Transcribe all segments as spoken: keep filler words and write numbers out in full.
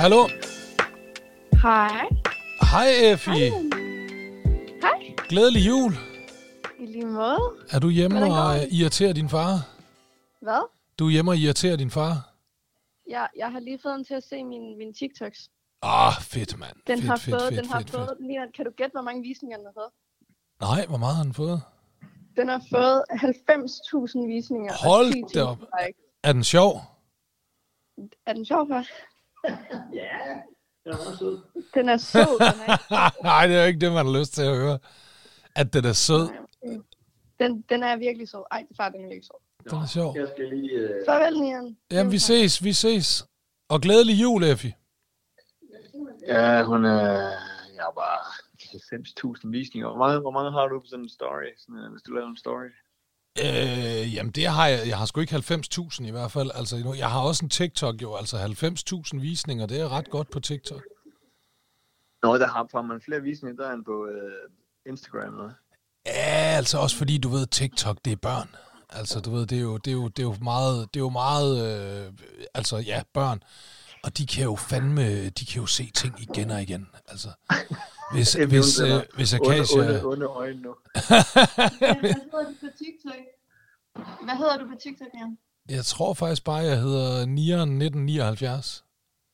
Hallo? Hej. Hej, Effie. Hej. Glædelig jul. I lige måde. Er du hjemme og irriterer din far? Hvad? Du er hjemme og irriterer din far? Ja, jeg har lige fået den til at se min, min TikToks. Ah, fedt, mand. Den fedt, har fedt, fået, fedt, den har fedt, fået, fedt. den ligner, kan du gætte, hvor mange visninger den har fået? Nej, hvor meget har den fået? Den har fået halvfems tusind visninger. Hold og ti da op. like. Er den sjov? Er den sjov, for? Ja, den er meget sød. Den er sød, den er ikke. Nej, det er jo ikke det, man har lyst til at høre. At den er sød. Den, den er virkelig sød. Ej, far, den er virkelig sød. Den er sjov. Jeg skal lige... Øh... Farvel, Nian. Jamen, vi ses, vi ses. Og glædelig jul, Effie. Ja, hun er... Jeg har bare halvfems tusind visninger. Hvor mange, hvor mange har du på sådan en story, sådan, hvis du laver en story? Øh, jamen, det har jeg. Jeg har sgu ikke halvfems tusind i hvert fald. Altså, jeg har også en TikTok jo. Altså, halvfems tusind visninger, det er ret godt på TikTok. Nå, der har, har man flere visninger, der end på øh, Instagram, eller? Ja, altså også fordi, du ved, TikTok, det er børn. Altså, du ved, det er jo, det er jo, det er jo meget, det er jo meget, øh, altså, ja, børn. Og de kan jo fandme, de kan jo se ting igen og igen. Altså, hvis, hvis, øh, hvis Akasia... Under, under, under øjnene nu. Hvad hedder du på TikTok? Hvad hedder du på TikTok, Nian? Jeg tror faktisk bare, jeg hedder Nian nitten nioghalvfjerds.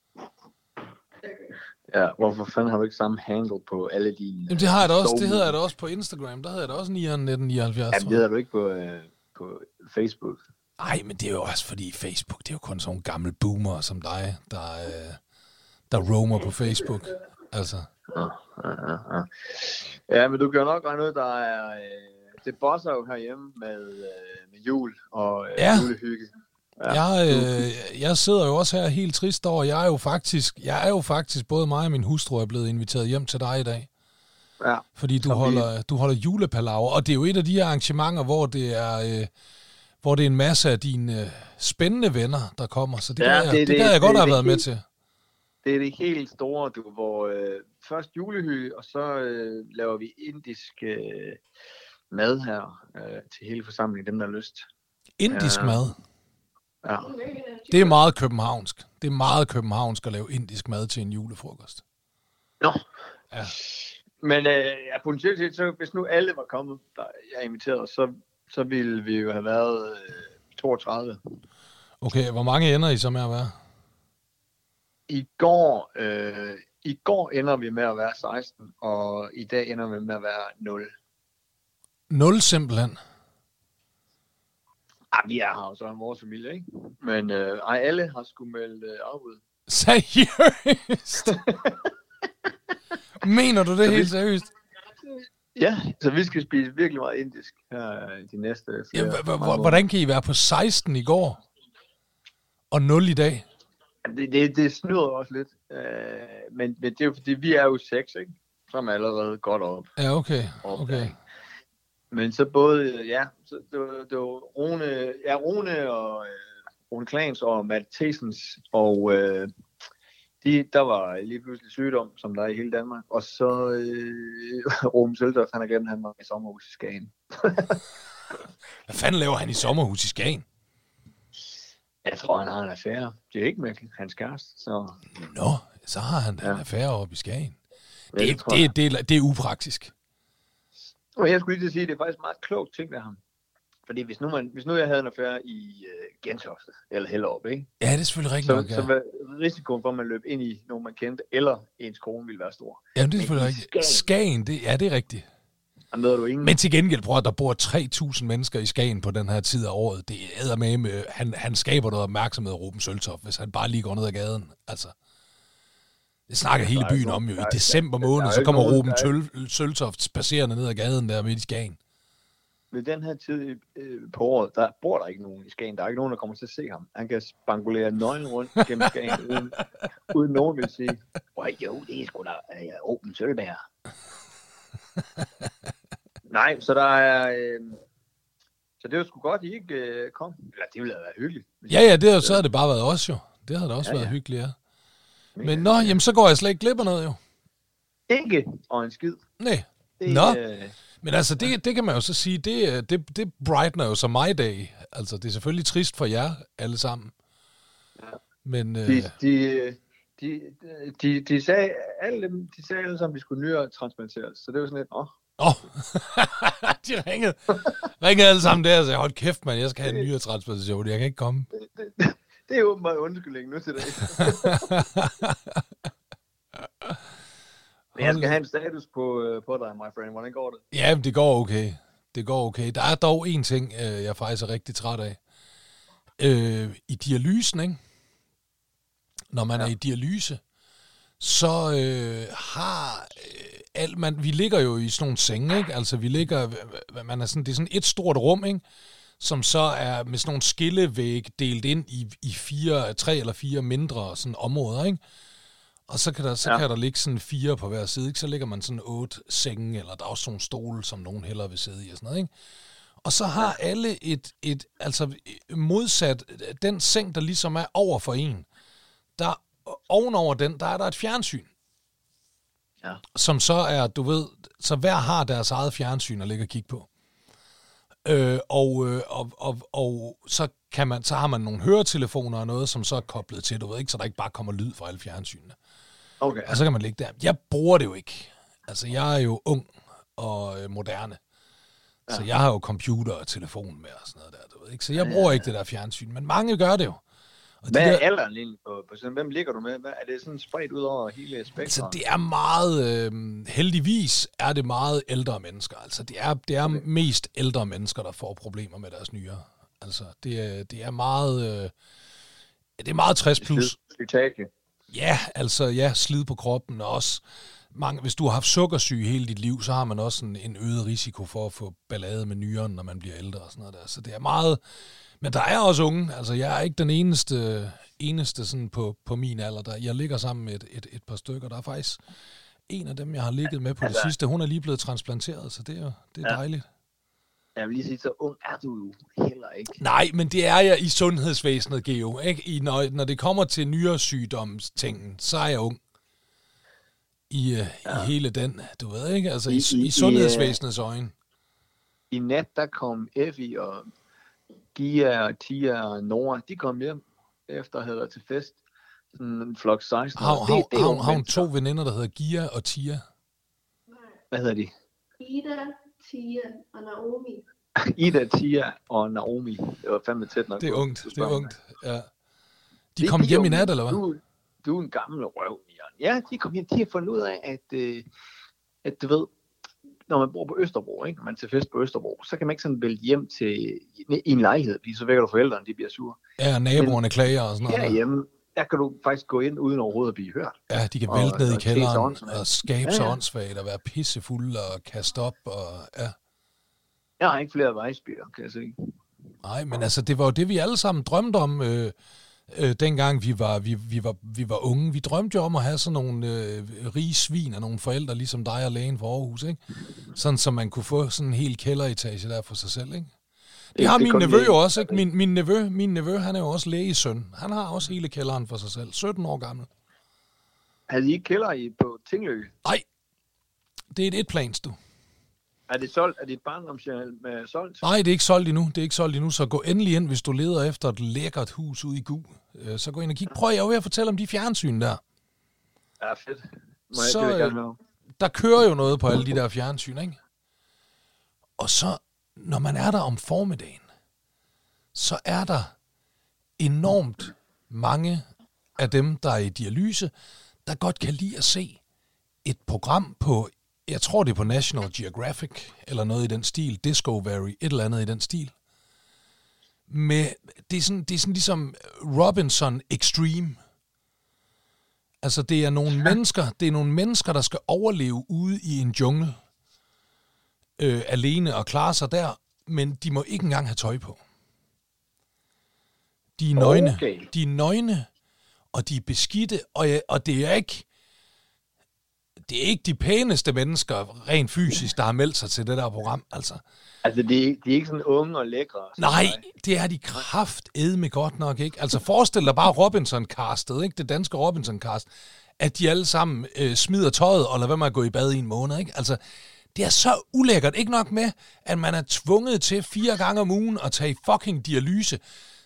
Ja, hvorfor fanden har du ikke samme handle på alle dine... Jamen, det har jeg da også, det hedder jeg da også på Instagram. Der hedder jeg da også Nian nitten nioghalvfjerds. Ja, det hedder du ikke på, øh, på Facebook. Nej, men det er jo også fordi Facebook, det er jo kun sådan nogle gamle boomer som dig, der, øh, der roamer på Facebook. Altså. Ja, ja, ja. Ja, men du kan jo nok regne ud, der er... Øh, det bosser jo herhjemme med, øh, med jul og øh, ja. julehygge. Ja. Jeg, øh, jeg sidder jo også her helt trist over. Jeg er jo faktisk, jeg er jo faktisk både mig og min hustru er blevet inviteret hjem til dig i dag. Ja. Fordi du holder, du holder julepalaver, og det er jo et af de her arrangementer, hvor det er... Øh, hvor det er en masse af dine øh, spændende venner, der kommer. Så det, ja, kan, jeg, det, det, det kan jeg det, godt det, have været helt, med til. Det er det helt store, du, hvor øh, først julehygge, og så øh, laver vi indisk øh, mad her øh, til hele forsamlingen, dem der har lyst. Indisk uh, mad? Ja. Det er meget københavnsk. Det er meget københavnsk at lave indisk mad til en julefrokost. Nå. Ja. Men øh, ja, potentielt set, så hvis nu alle var kommet, der jeg er inviteret, så så ville vi jo have været øh, toogtredive. Okay, hvor mange ender I så med at være? I går, øh, I går ender vi med at være seksten, og i dag ender vi med at være nul. nul simpelthen? Ah, vi er her jo så i vores familie, ikke? Men øh, ej, alle har sgu meldt øh, afbud. Seriøst? Mener du det så helt vi... seriøst? Ja, så vi skal spise virkelig meget indisk her de næste flere ja, h- h- Hvordan kan I være på seksten i går, og nul i dag? Det, det, det snyder også lidt, øh, men, men det er jo fordi, vi er jo seks, ikke? Som er allerede godt op. Ja, okay, okay. Men så både, ja, så det var, det var Rune, ja, Rune og øh, Rune Klans og Matt Thesens, og øh, de, der var lige pludselig sygdom, som der er i hele Danmark. Og så øh, Ruben Søltoft, han har glemt, han var i sommerhus i Skagen. Hvad fanden laver han i sommerhus i Skagen? Jeg tror, han har en affære. Det er ikke med hans kæreste, så... Nå, så har han ja. en affære oppe i Skagen. Det, ja, det, det, det, det, det er upraktisk. Og jeg skulle lige til at sige, at det er faktisk meget klogt ting af ham. Fordi hvis nu, man, hvis nu jeg havde en affære i øh, Gentofte, eller Hellerup, ikke? Ja, det er selvfølgelig rigtigt så, nok, ja. Så var risikoen for, at man løb ind i nogen, man kendte, eller ens kone ville være stor. Ja, det er selvfølgelig rigtigt. Skagen, Skagen det, ja, det er rigtigt. Du ingen... Men til gengæld, prøv at der bor tre tusind mennesker i Skagen på den her tid af året. Det æder med, med han, han skaber noget opmærksomhed, Ruben Søltoft, hvis han bare lige går ned ad gaden. Altså, det snakker hele byen om jo. I december måned, så kommer Ruben Søltoft spacerende ned ad gaden der midt i Skagen. Ved den her tid øh, på året, der bor der ikke nogen i Skagen. Der er ikke nogen, der kommer til at se ham. Han kan spangulere nøglen rundt gennem Skagen, uden, uden nogen vil sige, jo, det er sgu da øh, Ruben Sølberg. Nej, så der er... Øh, så det er jo sgu godt, I ikke øh, kom. Eller det ville have været hyggeligt. Ja, ja, det, så havde det bare været os jo. Det havde da også ja, været ja. hyggeligt, ja. Men nå, jamen så går jeg slet ikke glip af noget jo. Ikke og en skid. Nej. Nå, øh... men altså det, det kan man jo så sige, det, det, det brightner jo så mig dag. Altså det er selvfølgelig trist for jer alle sammen. Ja. Men, de, øh... de, de, de, de sagde, alle dem, de sagde alle sammen, at de skulle nyretransplanteres. Så det var sådan lidt, åh. Åh, oh. De ringede, ringede alle sammen der og sagde, hold kæft, mand, jeg skal have en nyretransplantation, jeg kan ikke komme. Det, det, det er åbenbart undskyldning nu til dig. Men jeg skal have en status på, på dig, my friend. Hvordan går det? Ja, det går okay. Det går okay. Der er dog en ting, jeg faktisk er rigtig træt af. Øh, I dialysen, ikke? Når man ja. er i dialyse, så øh, har øh, alt man, vi ligger jo i sådan nogle senge, ikke? Altså vi ligger, man er sådan, det er sådan et stort rum, ikke? Som så er med sådan nogle skillevæg delt ind i, i fire, tre eller fire mindre sådan områder, ikke? Og så kan der, så ja. kan der ligge sådan fire på hver side, ikke? Så ligger man sådan otte senge, eller der er også sådan nogle stole, som nogen hellere vil sidde i og sådan noget, ikke? Og så har alle et, et, altså modsat den seng, der ligesom er over for en, der ovenover den, der er der et fjernsyn. Ja. Som så er, du ved, så hver har deres eget fjernsyn at ligge og kigge på. Øh, og, øh, og, og, og så kan man, så har man nogle høretelefoner og noget, som så er koblet til, du ved ikke, så der ikke bare kommer lyd fra alle fjernsynene. Okay. Og så kan man ligge der. Jeg bruger det jo ikke. Altså, jeg er jo ung og øh, moderne. Ja. Så jeg har jo computer og telefon med og sådan noget der, du ved ikke. Så jeg bruger ja, ja, ja. ikke det der fjernsyn, men mange gør det jo. Og hvad de er der, alderen egentlig på, på sådan, hvem ligger du med? Hvad, er det sådan spredt ud over hele spektret? Altså det er meget, øh, heldigvis er det meget ældre mennesker. Altså det er, det er okay. mest ældre mennesker, der får problemer med deres nyrer. Altså det er, det er meget, øh, det er meget tres plus. Slitage. Ja, altså ja, slid på kroppen og også mange, hvis du har haft sukkersyge hele dit liv, så har man også en, en øget risiko for at få ballade med nyren, når man bliver ældre og sådan noget der. Så det er meget. Men der er også unge, altså jeg er ikke den eneste, eneste sådan på, på min alder, der jeg ligger sammen med et, et, et par stykker. Der er faktisk en af dem, jeg har ligget med på altså, det sidste, hun er lige blevet transplanteret, så det er jo det er ja. dejligt. Jeg vil lige sige, så ung er du jo heller ikke. Nej, men det er jeg i sundhedsvæsenet, Geo. Ikke? I, når, når det kommer til nyresygdomstingen, så er jeg ung. I, ja. i hele den, du ved ikke, altså i, i, i sundhedsvæsenets øjne. I nat, der kom Effie og Gia og Tia og Nora, de kom hjem efter at have været til fest. Sådan en flok seksten. Har, har, det, har, har hun to veninder, der hedder Gia og Tia? Hvad hedder de? Ida, Tia og Naomi. Ida, Tia og Naomi. Det var fandme tæt nok. Det er ungt, det er ungt, ja. De det, kom de hjem i nat, eller hvad? Du, du er en gammel røv, Jan. Ja, de kom hjem. De har fundet ud af, at, øh, at du ved, når man bor på Østerbro, ikke? Når man er til fest på Østerbro, så kan man ikke sådan vælge hjem til i en lejlighed, fordi så vækker du forældrene, de bliver sure. Ja, naboerne Men, klager og sådan noget. Herhjemme, der kan du faktisk gå ind uden overhovedet at blive hørt. Ja, de kan vælte ned i kælderen og skabe sig åndssvagt og være pissefulde og kaste op. Og, ja. Jeg har ikke flere vejsbyer, kan jeg sige. Nej, men altså, det var jo det, vi alle sammen drømte om, øh, øh, dengang vi var, vi, vi, var, vi var unge. Vi drømte jo om at have sådan nogle øh, rige svin og nogle forældre, ligesom dig og lægen for Aarhus, ikke? Sådan, så man kunne få sådan en hel kælderetage der for sig selv, ikke? Det, det har det min nevø jo også, ikke? Min, min, nevø, min nevø, han er jo også lægesøn. Han har også hele kælderen for sig selv. sytten år gammel. Havde I ikke kælder i på Tingløse? Nej, det er et etplans, du. Er det solgt? Er det et barndomshjem med solgt? Nej, det er ikke solgt endnu. Det er ikke solgt endnu, så gå endelig ind, hvis du leder efter et lækkert hus ude i Gu. Så gå ind og kig. Prøv, jeg er jo ved at fortælle om de fjernsyn der. Ja, fedt. Må så, jeg gerne der kører jo noget på alle de der fjernsyn, ikke? Og så, når man er der om formiddagen, så er der enormt mange af dem, der er i dialyse, der godt kan lide at se et program på, jeg tror det er på National Geographic, eller noget i den stil, Discovery, et eller andet i den stil. Med, det, er sådan, det er sådan ligesom Robinson Extreme. Altså det er nogle ja. mennesker, det er nogle mennesker, der skal overleve ude i en jungle, øh, alene og klare sig der, men de må ikke engang have tøj på. De er nøgne, okay. de er nøgne, og de er beskidte, og, og det er ikke, det er ikke de pæneste mennesker, rent fysisk, der har meldt sig til det der program, altså. Altså, de er, de er ikke sådan unge og lækre? Nej, det er de kraftedme godt nok, ikke? Altså, forestil dig bare Robinson-castet, ikke? Det danske Robinson-cast, at de alle sammen øh, smider tøjet og lader være med at gå i bad i en måned, ikke? Altså, det er så ulækkert. Ikke nok med, at man er tvunget til fire gange om ugen at tage fucking dialyse.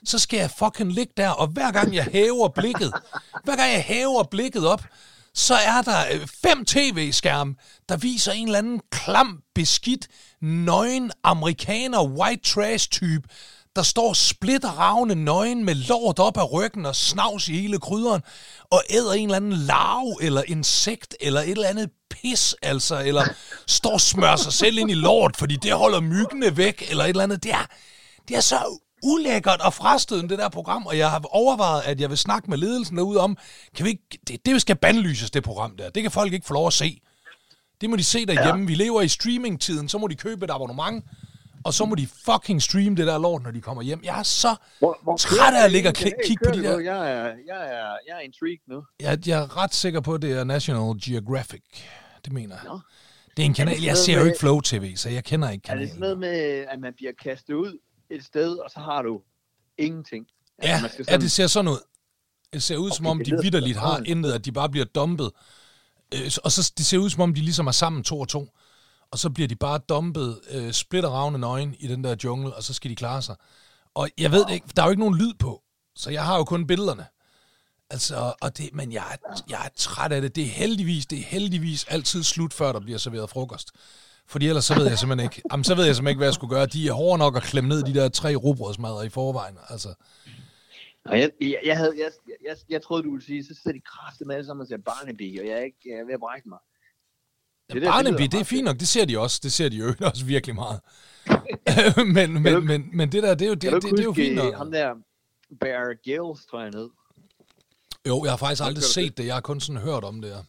så skal jeg fucking ligge der, og hver gang jeg hæver blikket, hver gang jeg hæver blikket op, så er der fem tv-skærme, der viser en eller anden klam, beskidt, nøgen, amerikaner, white trash-type, der står splitteravne nøgen med lort op af ryggen og snavs i hele krydderen, og æder en eller anden larve, eller insekt, eller et eller andet pis, altså, eller står og smører sig selv ind i lort, fordi det holder myggene væk, eller et eller andet. Det er, det er så ulækkert og frastødende, det der program, og jeg har overvejet, at jeg vil snakke med ledelsen derude om, kan vi ikke, det, det skal bandlyses, det program der. Det kan folk ikke få lov at se. Det må de se derhjemme. Ja. Vi lever i streamingtiden, så må de købe et abonnement, og så må de fucking streame det der lort, når de kommer hjem. Jeg er så hvor, hvor træt af at ligge og kigge på de der... Jeg er, jeg er, jeg er intrigued nu. Jeg, jeg er ret sikker på, at det er National Geographic. Det mener jeg. Nå. Det er en kanal. Jeg ser jo ikke Flow T V, så jeg kender ikke kanalen. Er det sådan noget med, at man bliver kastet ud et sted, og så har du ingenting? Ja, altså, sådan... ja det ser sådan ud. Det ser ud, okay, som om de vitterligt har intet, at de bare bliver dumpet. Og så det ser ud, som om de ligesom er sammen to og to. Og så bliver de bare dumpet, øh, splitteravne nøgen i den der jungle, og så skal de klare sig. Og jeg ved ikke, der er jo ikke nogen lyd på, så jeg har jo kun billederne. Altså, og det, men jeg er, jeg er træt af det. Det er heldigvis, det er heldigvis altid slut, før der bliver serveret frokost. Fordi ellers så ved jeg simpelthen ikke, jamen, så ved jeg simpelthen ikke, hvad jeg skulle gøre. De er hårde nok at klemme ned de der tre rugbrødsmadder i forvejen, altså. Og jeg, jeg, jeg, havde, jeg, jeg, jeg troede, du ville sige, så sidder de kraftedeme alle sammen og ser Barnaby, og jeg er ikke jeg er ved at brække mig. Det ja, Barnaby, det, det er fint nok, det ser de også, det ser de jo også virkelig meget. men, men, du, men, men det der, det er jo, det, det, det, det er jo fint nok. Ham der, Bear Grylls, tror jeg ned. Jo, jeg har faktisk aldrig set det, jeg har kun sådan hørt om det her.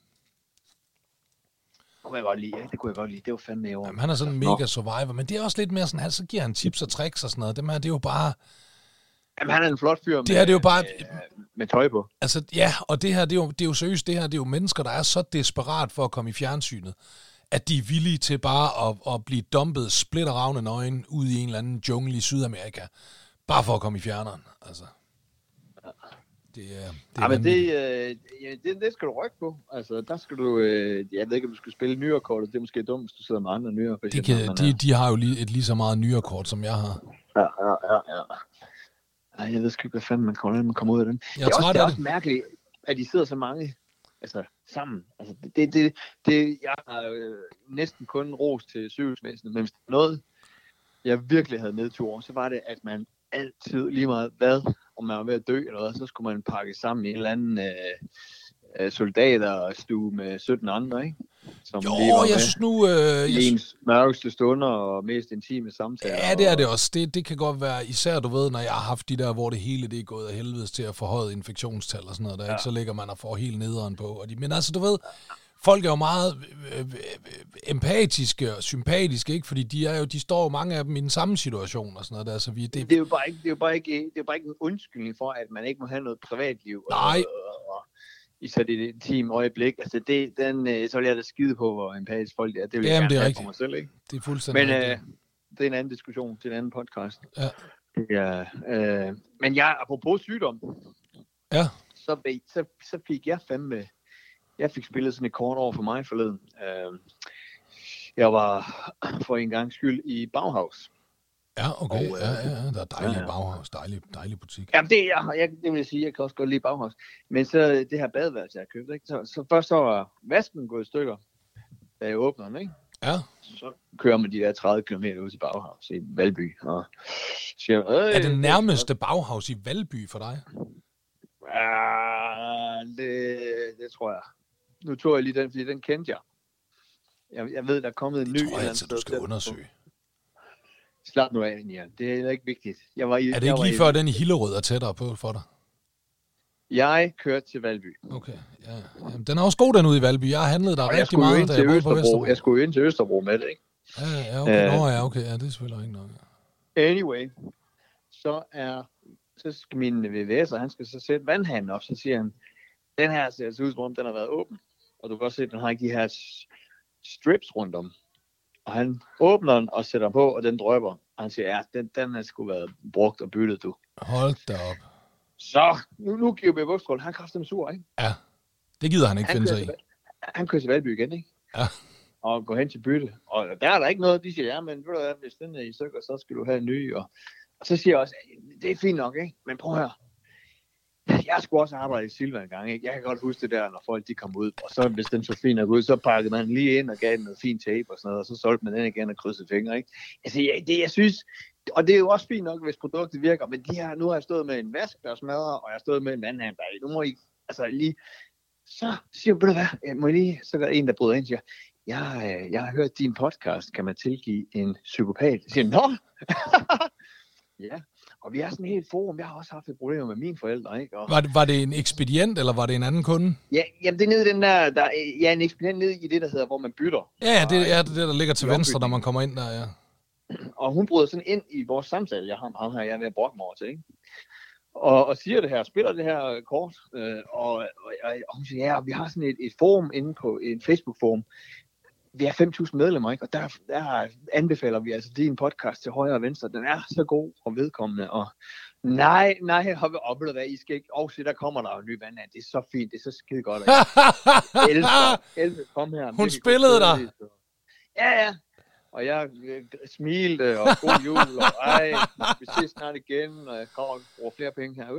Det kunne jeg godt lide, ja. Det kunne jeg godt lide, det var fandme i år. Jamen, han er sådan en mega survivor, men det er også lidt mere sådan, han, så giver han tips og tricks og sådan noget. Dem her, det er jo bare... Jamen, han er en flot fyr med, det her, det er jo bare, med, med tøj på. Altså, ja, og det her, det er, jo, det er jo seriøst, det her, det er jo mennesker, der er så desperat for at komme i fjernsynet, at de er villige til bare at, at blive dumpet splitteravne nøgen ud i en eller anden jungle i Sydamerika, bare for at komme i fjerneren, altså. Det er, det er ja, men det, øh, ja, det, det skal du rykke på. Altså, der skal du, øh, jeg ved ikke, om du skal spille nyrekortet. Det er måske dumt, hvis du sidder med andre nyere. De, kan, de, de har jo lige, et lige så meget nyrekort, som jeg har. Ja, ja, ja, ja. Ej, jeg ved sgu ikke, hvad fanden man kommer, man kommer ud af den. Jeg det er, også, det er det. også mærkeligt, at de sidder så mange altså, sammen. Altså, det, det, det, jeg har øh, næsten kun ros til sygehusvæsenet, men hvis der noget, jeg virkelig havde nedtur, så var det, at man altid lige meget hvad, om man var ved at dø eller hvad, så skulle man pakke sammen i en eller anden øh, soldaterstue med sytten andre, ikke? Som jo, jeg synes nu... Øh, I ens mørkeste stunder og mest intime samtaler. Ja, det er det også. Det, det kan godt være, især du ved, når jeg har haft de der, hvor det hele det er gået af helvedes til at forhøje infektionstal og sådan noget, der, ja. Ikke? Så ligger man og får helt nederen på. Og de, men altså, du ved, folk er jo meget øh, øh, empatiske og sympatiske, ikke? Fordi de, er jo, de står jo mange af dem i den samme situation og sådan noget der. Så vi, det... Det, er jo bare ikke, det, er jo bare ikke, det er jo bare ikke en undskyldning for, at man ikke må have noget privatliv. Nej. Og, og, og, i så det et team øjeblik. Altså det, den, øh, så vil jeg da skide på, hvor empatisk folk er. Det vil jeg Jamen, gerne have for mig selv, ikke? Det er fuldstændig Men øh, det er en anden diskussion til en anden podcast. Ja. Ja, øh, men jeg, apropos sygdom, ja. så, så, så fik jeg fandme, jeg fik spillet sådan et kort over for mig forleden. Øh, jeg var for en gang skyld i Bauhaus. Ja, okay. Og, øh, ja, ja, der er dejlig ja, Bauhaus, dejlig, dejlig butik. Jamen, det, jeg, jeg, det vil jeg sige, jeg kan også godt lide Bauhaus. Men så det her badeværelse, jeg har købt, ikke? Så, så først så var vasken gået i stykker, da jeg åbner den, ikke? Ja. Så kører man de der tredive kilometer ud til Bauhaus i Valby, og siger, er det nærmeste Bauhaus i Valby for dig? Ja, det, det tror jeg. Nu tog jeg lige den, fordi den kendte jeg. Jeg, jeg ved, der er kommet en det ny... Det tror jeg altid, du skal undersøge. Slap nu af, Nian. Det er ikke vigtigt. Jeg var i, er det ikke lige før, den i Hillerød er tættere på for dig? Jeg kørte til Valby. Okay, ja. Jamen, den er også god, den ude i Valby. Jeg har handlet der og rigtig meget, da jeg boede på Vesterbro. Jeg skulle jo ind til Østerbro med det, ikke? Ja, ja, okay. Nå, ja, okay. Ja, det er selvfølgelig ikke nok. Anyway, så er... Så skal min V V S'er, han skal så sætte vandhanen op, så siger han, den her ser altså ud som om, den har været åben. Og du kan også se, at den har ikke de her strips rundt om. Og han åbner den og sætter på, og den drøber. Og han siger, ja, den, den har sgu været brugt og byttet, du. Hold da op. Så, nu, nu giver vi Vokstrøl. Han kræfter med sur, ikke? Ja, det gider han ikke han finde sig i. Han kører til Valby igen, ikke? Ja. Og går hen til bytte. Og der er der ikke noget, de siger, ja, men ved du hvad, hvis den er i stykker, så skal du have en ny. Og Og så siger jeg også, det er fint nok, ikke? Men prøv at høre. Jeg skulle også arbejde i Silva en gang, ikke? Jeg kan godt huske det der, når folk de kom ud, og så hvis den så fint nok ud, så pakkede man lige ind og gav den noget fint tape og sådan noget, og så solgte man den igen og krydsede fingre, ikke? Altså, jeg, det jeg synes, og det er jo også fint nok, hvis produktet virker, men de her, nu har jeg stået med en vask, der smadrer, og jeg har stået med en vandhandler, nu må I, altså lige, så siger jeg, ved du hvad, må I lige, så er der en, der bryder ind og siger, jeg, jeg har hørt din podcast, kan man tilgive en psykopat? Jeg siger, nå! Ja. Og vi har sådan et helt forum. Jeg har også haft et problem med mine forældre, ikke? Og... Var, det, var det en ekspedient, eller var det en anden kunde? Ja, jamen det er nede i den der, der ja, en ekspedient nede i det, der hedder, hvor man bytter. Ja, ja, det er det, der ligger til venstre, når man kommer ind der, ja. Og hun bryder sådan ind i vores samtale, jeg har ham her, jeg er ved at brokke mig over til, ikke? Og, og siger det her, spiller det her kort, øh, og, og, og hun siger, ja, vi har sådan et, et forum inde på, en Facebook-forum. Vi er fem tusind medlemmer, ikke? Og der, der anbefaler vi altså din podcast til højre og venstre. Den er så god og vedkommende. Og nej, nej, har oplevet hvad, I skal ikke. Og se, der kommer der jo en ny vand. Det er så fint, det er så skide godt. Elsker, elsker, kom her. Hun spillede dig. Ja, ja. Og jeg øh, smilte, og god jul, og ej, vi ses snart igen, og jeg kommer og bruger flere penge her.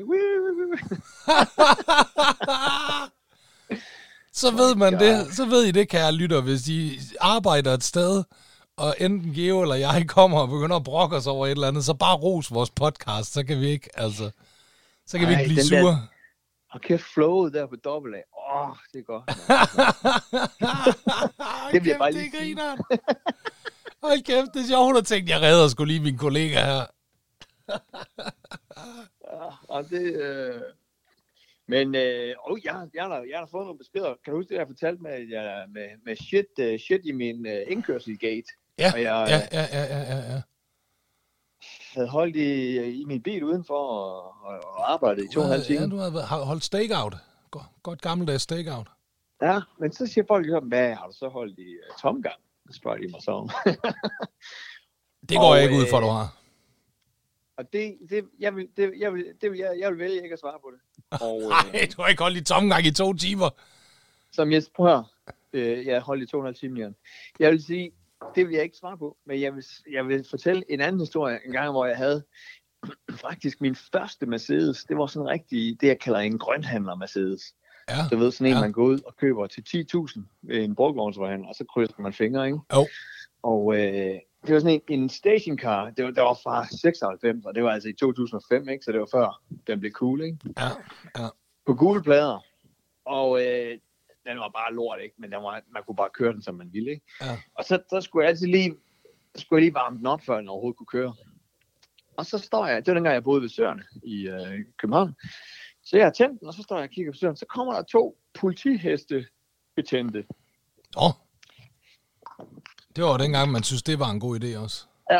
Så ved man det, så ved I det, kære lytter, hvis I arbejder et sted, og enten Geo eller jeg kommer og begynder at brokke os over et eller andet, så bare ros vores podcast, så kan vi ikke, altså, så kan Ej, vi ikke blive sure. Og kæft flowet der på dobbelt A. Åh, oh, det er godt. Det bliver bare lige fint. Hold kæft, det er sjovt, hun har tænkt, jeg redder sgu lige min kollega her. Ja, og det... Øh... Men øh, oh, jeg, jeg, har, jeg har fået nogle beskeder. Kan du huske det, jeg fortalte med, jeg, med, med shit, uh, shit i min uh, indkørselsgate? Ja, og jeg, ja, ja, ja, ja, ja, ja. havde holdt i, i min bil udenfor og, og, og arbejdet i to og en halv time. Ja, du har holdt stakeout. Godt, godt gammeldags stakeout. Ja, men så siger folk jo, hvad har du så holdt i uh, tomgang? Så spørger de mig så om. Det går og, jeg ikke ud for, du har. Og det, det, jeg, vil, det, jeg, vil, det vil, jeg, jeg vil vælge ikke at svare på det. Nej, øh, du har ikke holdt i tomgang i to timer. Som jeg prøver, øh, jeg holdt i to og en halv time. Jeg vil sige, det vil jeg ikke svare på, men jeg vil, jeg vil fortælle en anden historie, en gang, hvor jeg havde faktisk min første Mercedes. Det var sådan rigtig, det jeg kalder en grønhandler Mercedes. Ja, du ved, sådan en, ja. Man går ud og køber til ti tusind ved en brugtvognsforhandler, og så krydser man fingre, ikke? Jo. Og øh, det var sådan en, en stationcar, det var, det var fra seksoghalvfems, og det var altså i to tusind og fem, ikke? Så det var før den blev cool, ikke? Ja, ja. På gule plader. Og øh, den var bare lort, ikke? Men den var, man kunne bare køre den, som man ville, ikke? Ja. Og så, så skulle jeg altid lige, skulle jeg lige varme den op, før den overhovedet kunne køre. Og så står jeg, det var dengang jeg boede ved Søerne i øh, København, så jeg har tændt den, og så står jeg og kigger på Søerne, så kommer der to politiheste betjente. Åh. Oh. Det var dengang, man synes, det var en god idé også. Ja.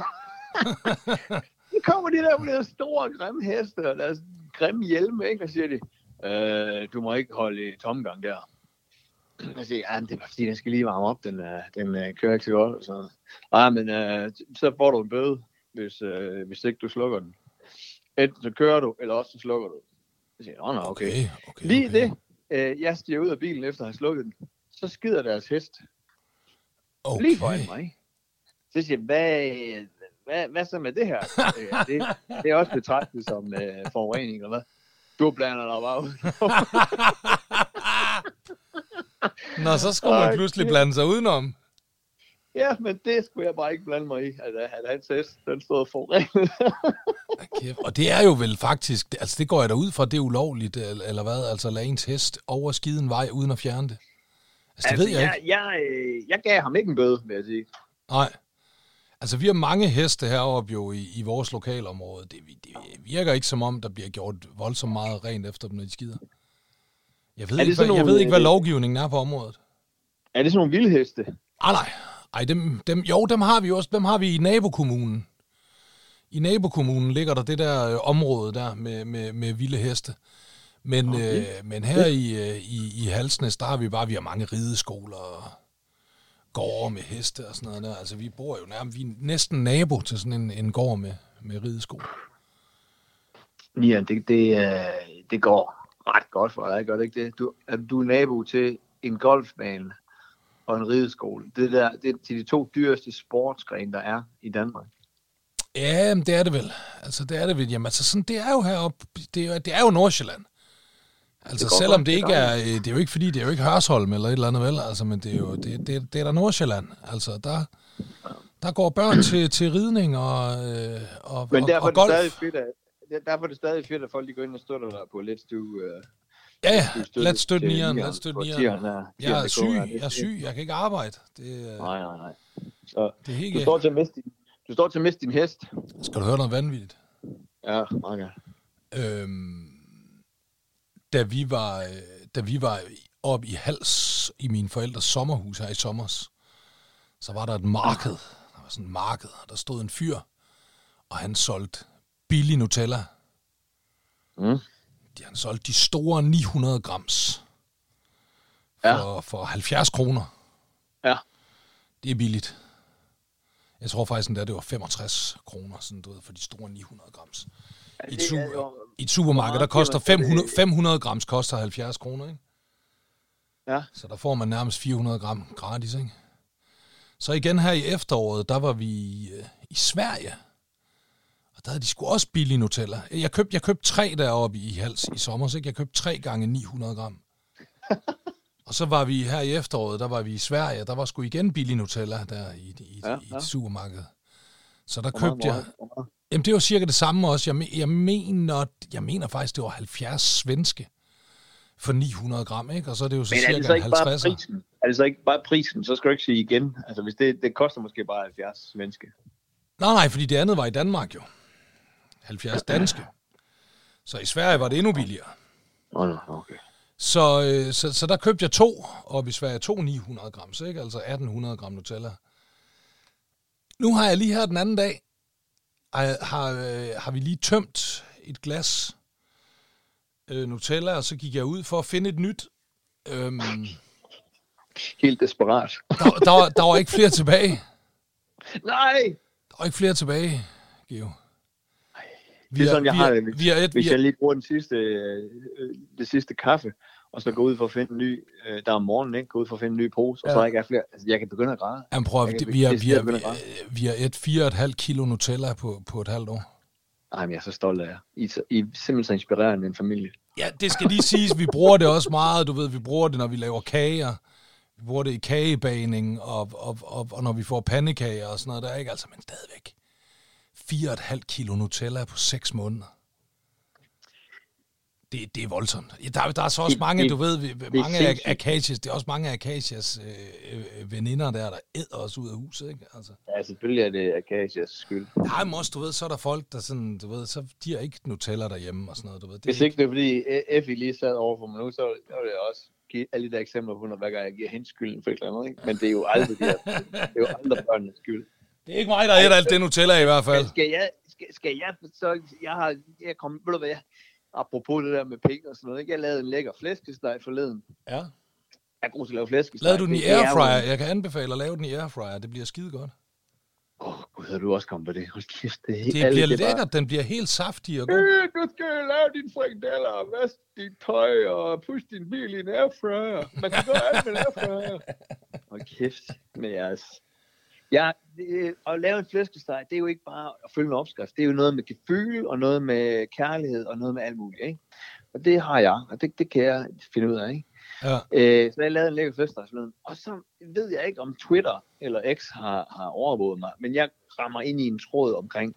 Så kommer de der med de store, grimme heste, og deres grimme hjelme, ikke? Og siger de, øh, du må ikke holde i tomgang der. Jeg siger, ja, det var fordi, den skal lige varme op, den, den uh, kører ikke så godt. Så, nej, men uh, så får du en bøde, hvis, uh, hvis ikke du slukker den. Enten så kører du, eller også så slukker du. Jeg siger, åh, nå, okay. okay, okay lige okay. det, uh, jeg stiger ud af bilen, efter at have slukket den, så skider deres hest. Okay. Lige foran mig. Så siger jeg, hvad, hvad, hvad så med det her? det, det er også betragtet som uh, forurening, eller hvad? Du blander dig bare ud. Nå, så skulle man pludselig blande sig udenom. Ja, men det skulle jeg bare ikke blande mig i, at, at hans hest, den stod forurenet. Okay. Og det er jo vel faktisk, altså det går jeg da ud fra, det er ulovligt, eller hvad? Altså lade ens hest overskide en vej, uden at fjerne det. Altså, det altså, ved jeg, jeg ikke. Jeg, jeg, jeg gav ham ikke en bøde, vil jeg sige. Nej. Altså, vi har mange heste heroppe jo i, i vores lokalområde. Det, det virker ikke som om, der bliver gjort voldsomt meget rent efter dem, når de skider. Jeg ved, ikke, hvad, nogle, jeg ved ikke, hvad lovgivningen er på området. Er det sådan nogle vilde heste? Ah, nej. Ej, dem, dem, jo, dem har vi også. Dem har vi i nabokommunen. I nabokommunen ligger der det der øh, område der med, med, med vilde heste. Men, okay. øh, men her i, i, i Halsnæs, der har vi bare, vi har mange rideskoler og gårde med heste og sådan noget der. Altså, vi bor jo nærmest, vi er næsten nabo til sådan en, en gård med, med ridesko. Ja, det, det, det går ret godt for dig, gør det ikke det? Du, du er nabo til en golfbane og en rideskole. Det, der, det er til de to dyreste sportsgrene, der er i Danmark. Ja, men det er det vel. Altså, det er det vel. Jamen, altså, sådan, det er jo heroppe, det er jo, det er jo Nordsjælland. Altså, det selvom godt, det ikke er, det er jo ikke fordi, det er jo ikke Hørsholm eller et eller andet vel, altså, men det er jo, det, det, det er der Nordsjælland. Altså, der, der går børn til, til ridning og, øh, og, men derfor og, og golf. Er det stadig fedt, at, derfor er det stadig fedt, at folk de går ind og støtter dig på Let's Do... Uh, ja, let's støtte nieren, let's støtte nieren. Ja, jeg er syg, jeg er syg, jeg kan ikke arbejde. Det, nej, nej, nej. Så, det er helt du, står til at miste din, du står til at miste din hest. Skal du høre noget vanvittigt? Ja, meget gerne. Øhm, da vi var, da vi var oppe i Hals i mine forældres sommerhus her i sommers, så var der et marked. Der var sådan et marked, og der stod en fyr, og han solgte billig Nutella. Mm. De han solgte de store ni hundrede grams for, ja. for halvfjerds kroner. Ja. Det er billigt. Jeg tror faktisk, at det var femogtres kroner sådan, du ved, for de store ni hundrede grams. I et, super, I et supermarked, der koster fem hundrede, fem hundrede grams, koster halvfjerds kroner, ikke? Ja. Så der får man nærmest fire hundrede gram gratis, ikke? Så igen her i efteråret, der var vi i, i Sverige. Og der havde de sgu også billige Nutella. Jeg købte, jeg købte tre deroppe i Hals i sommer, ikke? Jeg købte tre gange ni hundrede gram. Og så var vi her i efteråret, der var vi i Sverige, der var sgu igen billig Nutella der i, i, ja, i, ja. i supermarkedet. Så der købte jeg... Jamen, det var cirka det samme også. Jeg, jeg, mener, jeg mener faktisk, det var halvfjerds svenske for ni hundrede gram, ikke? Og så er det jo så cirka halvtreds. Er det så ikke bare prisen? Så skal du ikke sige igen. Altså, hvis det, det koster måske bare halvfjerds svenske. Nej, nej, fordi det andet var i Danmark jo. halvfjerds danske. Så i Sverige var det endnu billigere. Oh, okay. Så, øh, så, så der købte jeg to, og i Sverige to ni hundrede gram, så ikke? Altså atten hundrede gram Nutella. Nu har jeg lige her den anden dag, har, har, øh, har vi lige tømt et glas øh, Nutella, og så gik jeg ud for at finde et nyt. Øhm, Helt desperat. Der, der, var, der var ikke flere tilbage. Nej! Der var ikke flere tilbage, Geo. Det er sådan, jeg har det. Hvis, et, hvis jeg lige bruger den sidste, øh, det sidste kaffe, og så går ud for at finde en ny, øh, der er om morgenen, ikke? Gå ud for at finde en ny pose, og ja. Så ikke er flere. Altså, jeg kan begynde at græde. Jamen prøv at, vi, har, vi, har, vi, vi har et fire komma fem kilo Nutella på, på et halvt år. Ej, men jeg er så stolt af jer. I, I er simpelthen så inspirerende en familie. Ja, det skal lige siges. Vi bruger det også meget. Du ved, vi bruger det, når vi laver kager. Vi bruger det i kagebagning, og, og, og, og når vi får pandekager og sådan noget der, ikke? Altså, men stadigvæk. fire komma fem kilo Nutella på seks måneder. Det, det er voldsomt. Der, der er så også mange, du ved, mange af Akasias, det er også mange af Akasias øh, øh, veninder der, der æder os ud af huset, ikke? Altså. Ja, selvfølgelig er det Akasias skyld. Nej, men også, du ved, så er der folk, der sådan, du ved, så de har ikke Nutella derhjemme og sådan noget, du ved. Det Hvis ikke det er, fordi Effie lige sad over for mig nu, så er det også give alle de der eksempler på, når hver gang jeg giver hende skylden for et eller andet, ikke? Men det er jo aldrig det, det er jo andre børnenes skyld. Det er ikke mig, der æder alt det Nutella i hvert fald. Skal jeg, skal, skal jeg, så jeg har, jeg kom, ved du hvad, jeg, apropos det der med penge og sådan noget, ikke? Jeg lavede en lækker flæskesteg forleden. Ja. Jeg er god til at lave flæskesteg. Lavede du den i airfryer? Jeg kan anbefale at lave den i airfryer. Det bliver skide godt. Åh, oh, gud, har du også kommet på det? Hold kæft, det er helt... Det bliver lækkert. Bare... Den bliver helt saftig og god. Øh, du skal lave dine frikadeller, vask dit tøj og puste din bil i en airfryer. Man kan gøre alt med en airfryer. Hold kæft, men jeg Ja, det, at lave en flæskesteg, det er jo ikke bare at følge en opskrift. Det er jo noget med gefyl, og noget med kærlighed, og noget med alt muligt, ikke? Og det har jeg, og det, det kan jeg finde ud af, ikke? Ja. Øh, så jeg lavede en lækker flæskesteg forleden. Og så ved jeg ikke, om Twitter eller X har, har overvåget mig, men jeg rammer ind i en tråd omkring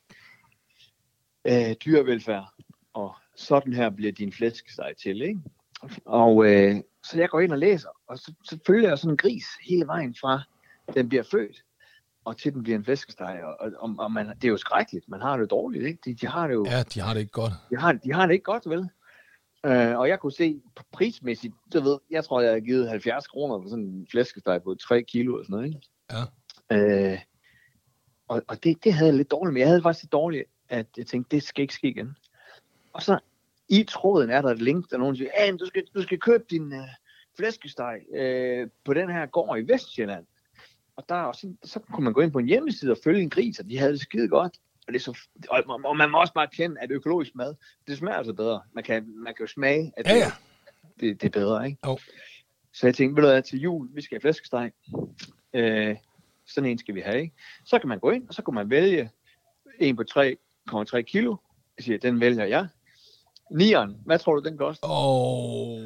øh, dyrevelfærd, og sådan her bliver din flæskesteg til, ikke? Og øh, så jeg går ind og læser, og så, så følger jeg sådan en gris hele vejen fra, den bliver født, og til den bliver en flæskesteg, og, og, og man, det er jo skrækkeligt, man har det dårligt, ikke? De, de har det jo... Ja, de har det ikke godt. De har, de har det ikke godt, vel? Uh, og jeg kunne se prismæssigt, du ved, jeg tror, jeg har givet halvfjerds kroner for sådan en flæskesteg på tre kilo og sådan noget, ikke? Ja. Uh, og og det, det havde jeg lidt dårligt med. Jeg havde faktisk så dårligt, at jeg tænkte, det skal ikke ske igen. Og så i tråden er der et link, der nogen siger, ja, du skal, du skal købe din uh, flæskesteg uh, på den her gård i Vestjylland. Og der, og så, så kunne man gå ind på en hjemmeside og følge en gris, og de havde det skide godt. Og, det er så, og, og man må også bare kende, at økologisk mad, det smager altså bedre. Man kan, man kan jo smage, at det, ja, ja. det, det er bedre, ikke? Oh. Så jeg tænkte, ved du hvad, til jul, vi skal have flæskesteg. Øh, sådan en skal vi have, ikke? Så kan man gå ind, og så kan man vælge en på tre komma tre kilo. Jeg siger, den vælger jeg. Nieren, hvad tror du, den koster? Åh...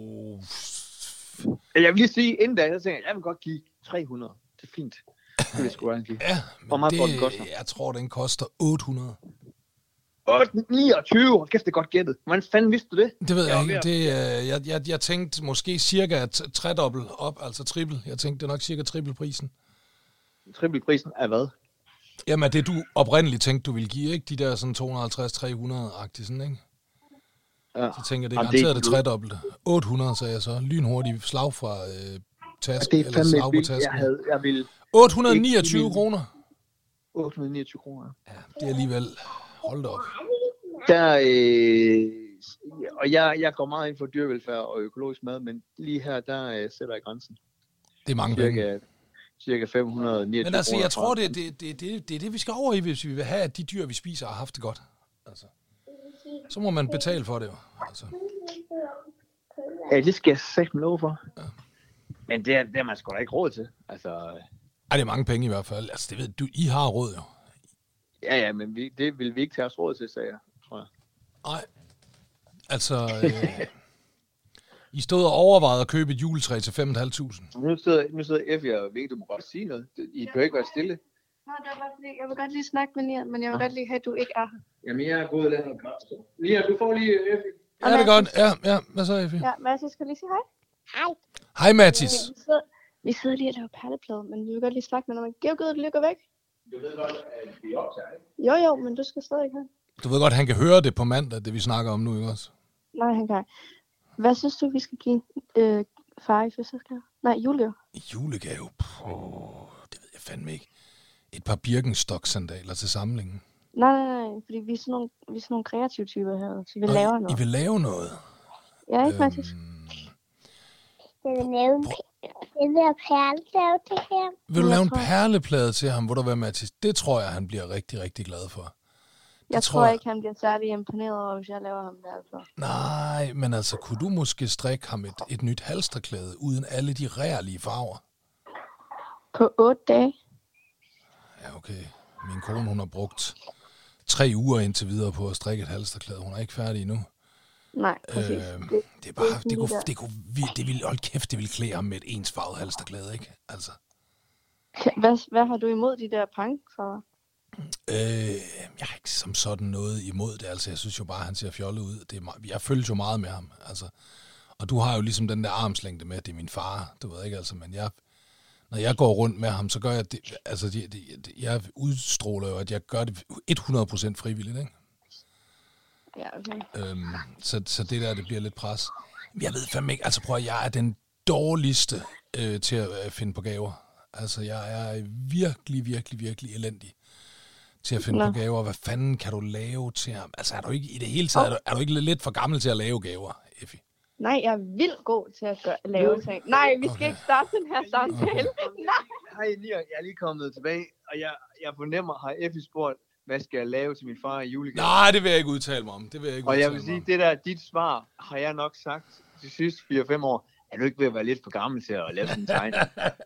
Jeg vil lige sige, inden da, så tænker jeg, jeg vil godt give tre hundrede. Det er fint. Det vil jeg sgu gerne give. Ja, Hvor men meget det, tror du, den koster? jeg tror, den koster otte hundrede. otte niogtyve, hold kæft, det er godt gættet. Hvordan fanden vidste du det? Det ved jeg, Jeg ikke. var Det, øh, jeg, jeg, jeg tænkte måske cirka t- tredobbelt op, altså triple. Jeg tænkte, det er nok cirka trippelprisen. Trippelprisen er hvad? Jamen, det du oprindeligt tænkte, du ville give, ikke? De der sådan to hundrede og halvtreds til tre hundrede-agtige, sådan, ikke? Ja. Så tænker jeg, det er Jamen, det er garanteret det ikke tredobbelte. otte hundrede, sagde jeg så. Lynhurtigt slag fra øh, tasken, Det er eller fandme slag på vildt. Jeg, tasken. havde, jeg ville otte hundrede og niogtyve ikke- kroner. otte hundrede og niogtyve kroner. Ja, det er alligevel... Hold da op. Der, øh, og jeg, jeg går meget ind for dyrevelfærd og økologisk mad, men lige her, der øh, sætter jeg grænsen. Det er mange penge. Cirka, cirka fem hundrede og niogtyve Men altså, kroner jeg tror, fra. det, det, det, det, det er det, vi skal over i, hvis vi vil have, at de dyr, vi spiser, har haft det godt. Altså. Så må man betale for det jo. Altså. Ja, det skal jeg sætte lov for. Ja. Men det er, det er man sgu da ikke råd til. Altså, Ej, det er mange penge i hvert fald. Altså, det ved du, I har råd jo. ja, ja, men vi, det vil vi ikke tage os råd til, sagde jeg, tror jeg. Nej. Altså, øh, I stod og overvejede at købe et juletræ til fem tusind fem hundrede. Nu sidder, nu sidder Effie og ved, du må godt sige noget. I behøver ikke være stille. Nå, det er bare fordi, jeg vil godt lige snakke med Nian, men jeg vil godt lige have, at du ikke er her. Jamen, jeg er gået og lavet noget kaffe. Lia, du får lige Effie. Ja, det er godt. Ja, ja. Hvad så, Effie? Ja, Mads, jeg skal lige sige hej. Hej. Hej, Mathis. Vi sidder, vi sidder lige og laver perleplade, men vi vil godt lige snakke med dig. Giv givet, lige gå væk. Du ved godt, at vi er optaget, ikke? Jo, jo, men du skal stadig her. Du ved godt, han kan høre det på mandag, det vi snakker om nu, ikke også? Nej, han kan. Hvad synes du, vi skal give øh, far i fødselsdagsgave? Nej, julegave. Julegave? Puh, det ved jeg fandme ikke. Et par Birkenstock-sandaler til samlingen. Nej, nej, nej, fordi vi er sådan nogle, vi er sådan nogle kreative typer her, så vi Nå, laver I, noget. I vil lave noget? Ja, ikke faktisk? Øhm, Jeg vil lave en jeg vil have perleplade til her. vil du Jeg lave en tror- perleplade til ham, hvor der være Mathis? Det tror jeg, han bliver rigtig, rigtig glad for. Jeg tror tror jeg- ikke, han bliver særlig imponeret over, hvis jeg laver ham der. Altså. Nej, men altså, kunne du måske strikke ham et, et nyt halsterklæde, uden alle de rærlige farver? På otte dage. Ja, okay. Min kone, hun har brugt tre uger indtil videre på at strikke et halsterklæde. Hun er ikke færdig endnu. Nej, præcis. Øh, det, det er bare, sådan det kunne, lige der. det kunne, vi- det ville, hold kæft, det ville klæde ham med et ensfarvet halsterklæde, ikke? Altså, hvad, hvad har du imod de der prankfarver? øh, jeg har ikke som sådan noget imod det, altså, jeg synes jo bare, at han ser fjollet ud. Det er, meget- jeg følger jo meget med ham, altså. Og du har jo ligesom den der armslængde med, at det er min far, du ved ikke, altså, men jeg, når jeg går rundt med ham, så gør jeg det, altså, det, det, det, jeg udstråler jo, at jeg gør det hundrede procent frivilligt, ikke? Ja, okay. Øhm, så, så det der, det bliver lidt pres. Jeg ved fandme ikke, altså prøv at jeg er den dårligste øh, til at øh, finde på gaver. Altså jeg er virkelig, virkelig, virkelig elendig til at finde Nå. på gaver. Hvad fanden kan du lave til ham? Altså er du ikke i det hele taget, er du, er du ikke lidt for gammel til at lave gaver, Effie? Nej, jeg er vildt god til at gøre, lave ting. Nej, vi skal Okay. ikke starte den her samtale. Nej. Hej, Lia. Jeg er lige kommet tilbage, og jeg, jeg fornemmer, har Effie spurgt, hvad skal jeg lave til min far i julegave? Nej, det vil jeg ikke udtale mig om. Det vil jeg ikke Og jeg udtale vil sige, mig om. det der, dit svar, har jeg nok sagt de sidste fire fem år. Er du ikke ved at være lidt for gammel til at lave sådan en tegning?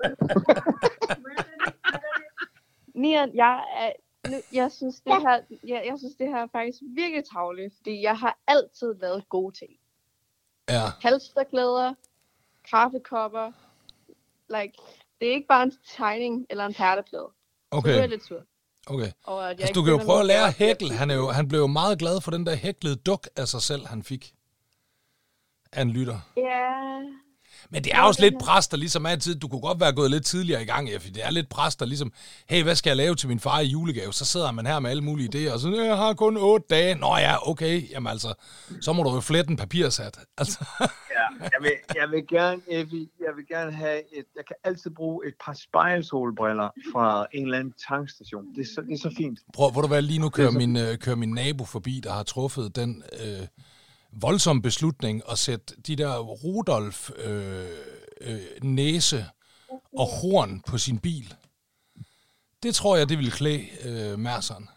Nian, jeg, er, nu, jeg, synes, det her, jeg, jeg synes, det her er faktisk virkelig tavligt, fordi jeg har altid lavet gode ting. Ja, Halsterklæder, kaffekopper. Like, det er ikke bare en tegning eller en perleplade. Så du er okay. lidt sur. Okay. Over, at jeg Altså, ikke du kan jo finder prøve at nogen lære gaver. at hækle. Han, er jo, han blev jo meget glad for den der hæklede duk af sig selv, han fik af en lytter. Ja, Men det er også lidt pres, der ligesom altid, du kunne godt være gået lidt tidligere i gang, Effie. Det er lidt pres, der ligesom, hey, hvad skal jeg lave til min far i julegave? Så sidder man her med alle mulige idéer, og så, jeg har kun otte dage. Nå ja, okay, jamen altså, så må du jo flette en papirsat. Altså, Ja, jeg vil, jeg vil gerne, Effie, jeg vil gerne have et, jeg kan altid bruge et par spejlsolbriller fra en eller anden tankstation. Det er så, det er så fint. prøv, hvor du være lige nu kører min, øh, kører min nabo forbi, der har truffet den øh, voldsomme beslutning at sætte de der Rudolf øh, øh, næse og horn på sin bil. Det tror jeg, det ville klæde øh, Merseren.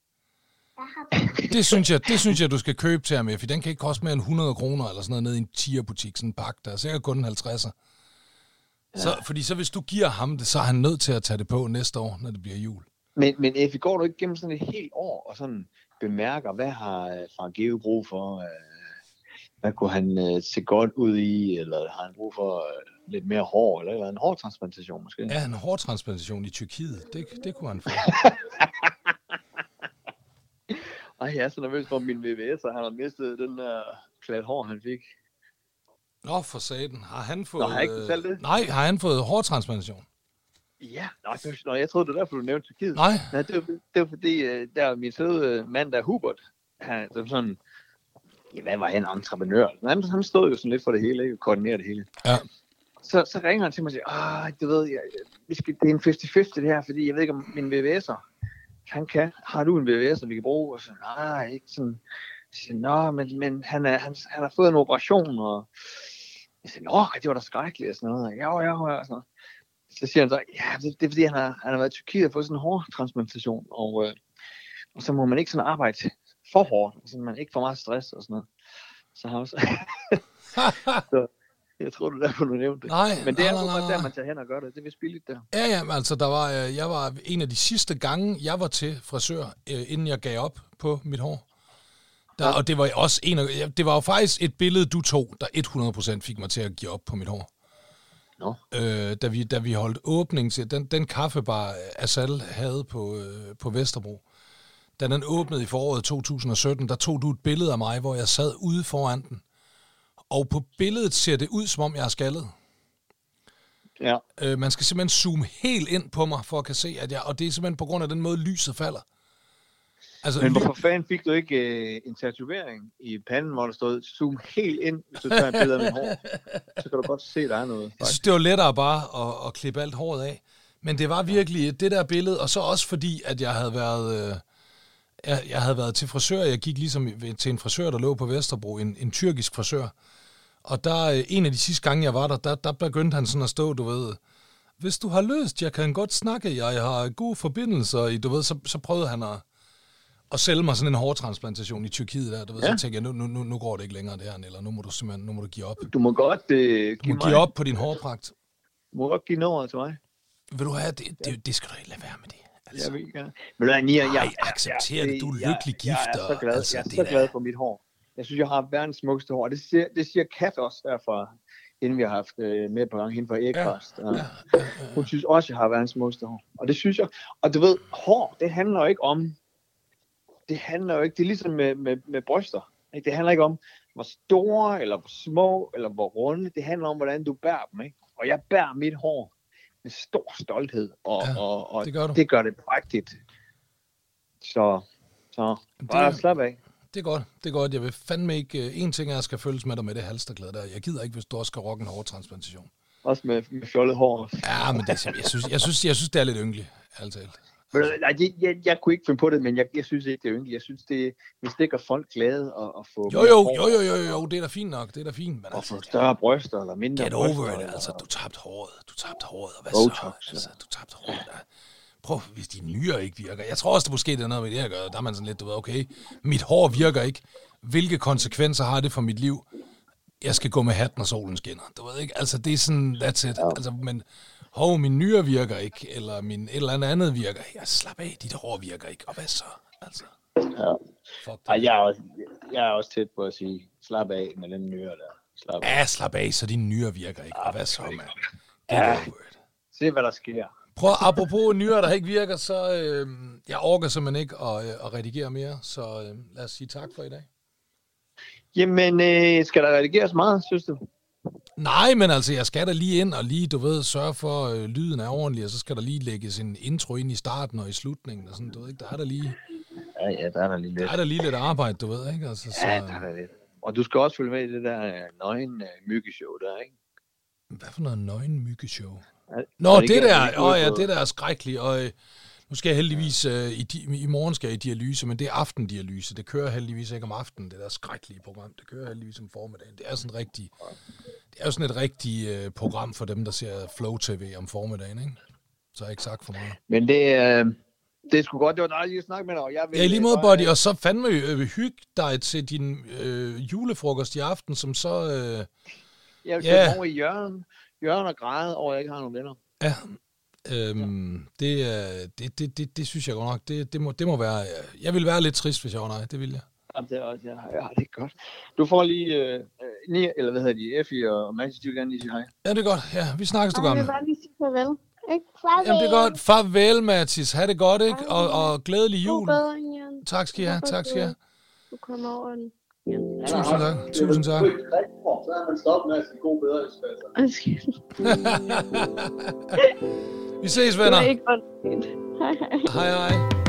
Det synes jeg, det synes jeg, du skal købe til ham, Effie. Den kan ikke koste mere end hundrede kroner eller sådan noget nede i en tierbutik, sådan en pakke. Der er sikkert kun en halvtredser. Så, fordi så hvis du giver ham det, så er han nødt til at tage det på næste år, når det bliver jul. Men, men Effie, går du ikke gennem sådan et helt år og sådan bemærker, hvad har Frank Geo brug for? Øh, hvad kunne han øh, se godt ud i? Eller har han brug for øh, lidt mere hår? Eller, eller en hårtransplantation måske? Ja, en hårtransplantation i Tyrkiet. Det, det kunne han få. Ej, jeg er så nervøs for min V V S, og han har mistet den der klat hår, han fik. Nå, for satan. Har han fået... Nå, har jeg ikke fortalt det? Nej, har han fået hårtransplantation? Ja, nå, det, nå, jeg troede, det var derfor, du nævnte Tyrkiet. Nej. Nej, det var, det var fordi, uh, der er min søde mand, der er Hubert. Han er sådan, ja, hvad var han, entreprenør? Han, han stod jo sådan lidt for det hele, ikke? Og koordinerede det hele. Ja. Så, så ringer han til mig og siger, ah, du ved, jeg, vi skal, det er en halvtreds halvtreds det her, fordi jeg ved ikke, om min V V S'er, han kan, har du en V V S'er, vi kan bruge? Og så, nej, ikke sådan. Jeg siger, nå, men, men han, er, han, han har fået en operation, og jeg siger, nå, det var da skrækkeligt, og sådan noget. Ja, ja, ja, og sådan noget. Så siger han så, ja, det, det er fordi, han har, han har været i Tyrkiet og fået sådan en hårtransplantation, og, øh, og så må man ikke sådan arbejde for hårdt, så man ikke får meget stress og sådan noget. Så har også... så jeg tror, det er derfor, du nævnte det. Nej, men det er nej, nej, jo der, man tager hen og gør det. Det er vist billigt der. Ja, ja, men altså, der var, jeg var en af de sidste gange, jeg var til frisør, øh, inden jeg gav op på mit hår. Der, ja. Og det var også en af, det var jo faktisk et billede, du tog, der hundrede procent fik mig til at give op på mit hår. No. Øh, da, vi, da vi holdt åbning til den, den kaffebar, Asal havde på, øh, på Vesterbro. Da den åbnede i foråret to tusind og sytten, der tog du et billede af mig, hvor jeg sad ude foran den. Og på billedet ser det ud, som om jeg er skaldet. Ja. Øh, man skal simpelthen zoome helt ind på mig, for at kan se, at jeg... Og det er simpelthen på grund af den måde, lyset falder. Altså, men hvorfor fanden fik du ikke øh, en tatovering i panden, hvor der stod zoom helt ind, hvis du tager et billede af mit hår? Så kan du godt se, der er noget. Faktisk. Jeg synes, det var lettere bare at, at klippe alt håret af. Men det var virkelig det der billede, og så også fordi, at jeg havde været... Øh, jeg, jeg havde været til frisør. Jeg gik ligesom til en frisør, der lå på Vesterbro, en, en tyrkisk frisør. Og der, en af de sidste gange, jeg var der, der, der begyndte han sådan at stå, du ved... Hvis du har lyst, jeg kan godt snakke, jeg har gode forbindelser i, du ved, så, så prøvede han at... og sælge mig sådan en hårtransplantation i Tyrkiet der, du ved, ja. Så tænkte jeg, nu, nu, nu går det ikke længere det her, eller nu må du simpelthen, nu må du give op. Du må godt øh, give, du må give op på din hårpragt. Du må godt give nummeret til mig. Vil du have, det, det, det skal du ikke lade være med det. Altså. Jeg vil gerne. Men du er Nia, jeg, jeg accepterer det, du er lykkelig gift. Jeg, jeg er så glad, altså, jeg er så glad for mit hår. Jeg synes, jeg har verdens smukkeste hår, og det siger, det siger Kat også derfor, inden vi har haft øh, med på gang hende fra Ægfast. Ja, ja, ja, ja. Hun synes også, jeg har verdens smukkeste hår. Og det synes jeg, og du ved, hår, det handler jo ikke om, det handler jo ikke, det er ligesom med, med, med bryster. Ikke? Det handler ikke om, hvor store, eller hvor små, eller hvor runde. Det handler om, hvordan du bærer dem. Ikke? Og jeg bærer mit hår med stor stolthed, og, ja, og, og det, gør det gør det prægtigt. Så, så bare det, slap af. Det er godt, det er godt. Jeg vil fandme ikke, en ting er, at jeg skal følges med dig med det halsterklæde der. Jeg gider ikke, hvis du også skal rocke en hårtransplantation. Også med, med fjollet hår. Ja, men det, jeg, synes, jeg, synes, jeg synes, det er lidt ynkeligt, ærligt talt. Men, nej, jeg, jeg, jeg kunne ikke finde på det, men jeg, jeg synes ikke, det er ynkeligt. Jeg synes, det, hvis det gør folk glade at, at få... Jo, jo, jo, jo, jo, jo, det er da fint nok, det er da fint. Men og altså, få større bryster eller mindre get bryster. Get over it, altså, du tabte håret, du tabte håret, og hvad Botox, så? Altså, du tabte håret, der. Prøv, hvis de nyrer ikke virker. Jeg tror også, det måske det er noget med det, jeg gør. Der er man sådan lidt, du ved, okay, mit hår virker ikke. Hvilke konsekvenser har det for mit liv? Jeg skal gå med hatten, når solen skinner. Du ved ikke, altså det er sådan, that's it. Ja. Altså, men... Hov, min nyre virker ikke, eller min et eller andet virker. Jeg slap af, dit hår virker ikke. Og hvad så? Altså. Ja. Ej, jeg, er også, jeg er også tæt på at sige, slap af med den nyre der. Slap af. Ja, slap af, så din nyre virker ikke. Og hvad så, mand? Ja. Se, hvad der sker. Prøv, apropos nyre, der ikke virker, så øh, jeg orker simpelthen ikke at, øh, at redigere mere. Så øh, lad os sige tak for i dag. Jamen, øh, skal der redigeres meget, synes du? Nej, men altså, jeg skal da lige ind og lige, du ved, sørge for, at øh, lyden er ordentlig, og så skal der lige lægges en intro ind i starten og i slutningen, og sådan, du ved ikke, der er der lige... Ja, ja, der er der lige lidt. Der er der lige lidt arbejde, du ved, ikke? Altså, så... Ja, der er der lidt. Og du skal også følge med i det der uh, nøgen uh, myggeshow der, ikke? Hvad for noget nøgen myggeshow? Ja, Nå, det, det der, åh oh, ja, det der er skrækkeligt, og... Øh, nu skal jeg heldigvis, øh, i, i morgen skal jeg i dialyse, men det er aftendialyse. Det kører heldigvis ikke om aftenen, det der skrækkelige program. Det kører heldigvis om formiddagen. Det er sådan rigtig, det er jo sådan et rigtigt øh, program for dem, der ser Flow T V om formiddagen, ikke? Så har jeg ikke sagt for meget. Men det, øh, det er sgu godt, det var dejligt at snakke med dig. Jeg vil, ja, i lige måde, Buddy, og så fandme øh, hygge dig til din øh, julefrokost i aften, som så... Øh, jeg vil ja. sætte over i hjørnet, hjørnet og græde over, at jeg ikke har nogen venner. Ja. Øhm, det, øh, det, det, det, det synes jeg godt nok, det, det, må, det må være, jeg vil være lidt trist, hvis jeg var nej, det vil jeg. Jamen, det er også, ja, ja, det er godt. Du får lige, øh, ni, eller hvad hedder de, Effie og Mathis, de vil gerne lige sige hej. Ja, det er godt, ja, vi snakkes du Jeg gamle. vil bare lige sige farvel. Ikke? Farvel. Jamen, det er godt, farvel Mathis, ha' det godt, ikke? Og, og glædelig God jul. bedring, Jan. Tak skal I have, tak skal I have. Du kommer over den. Jan. Tusind tak, tusind tak. Så har man stoppet med at sige god bedringsfester. Undskyld. Vi ses, Det var venner. ikke ondt. Hej hej. Hej, hej.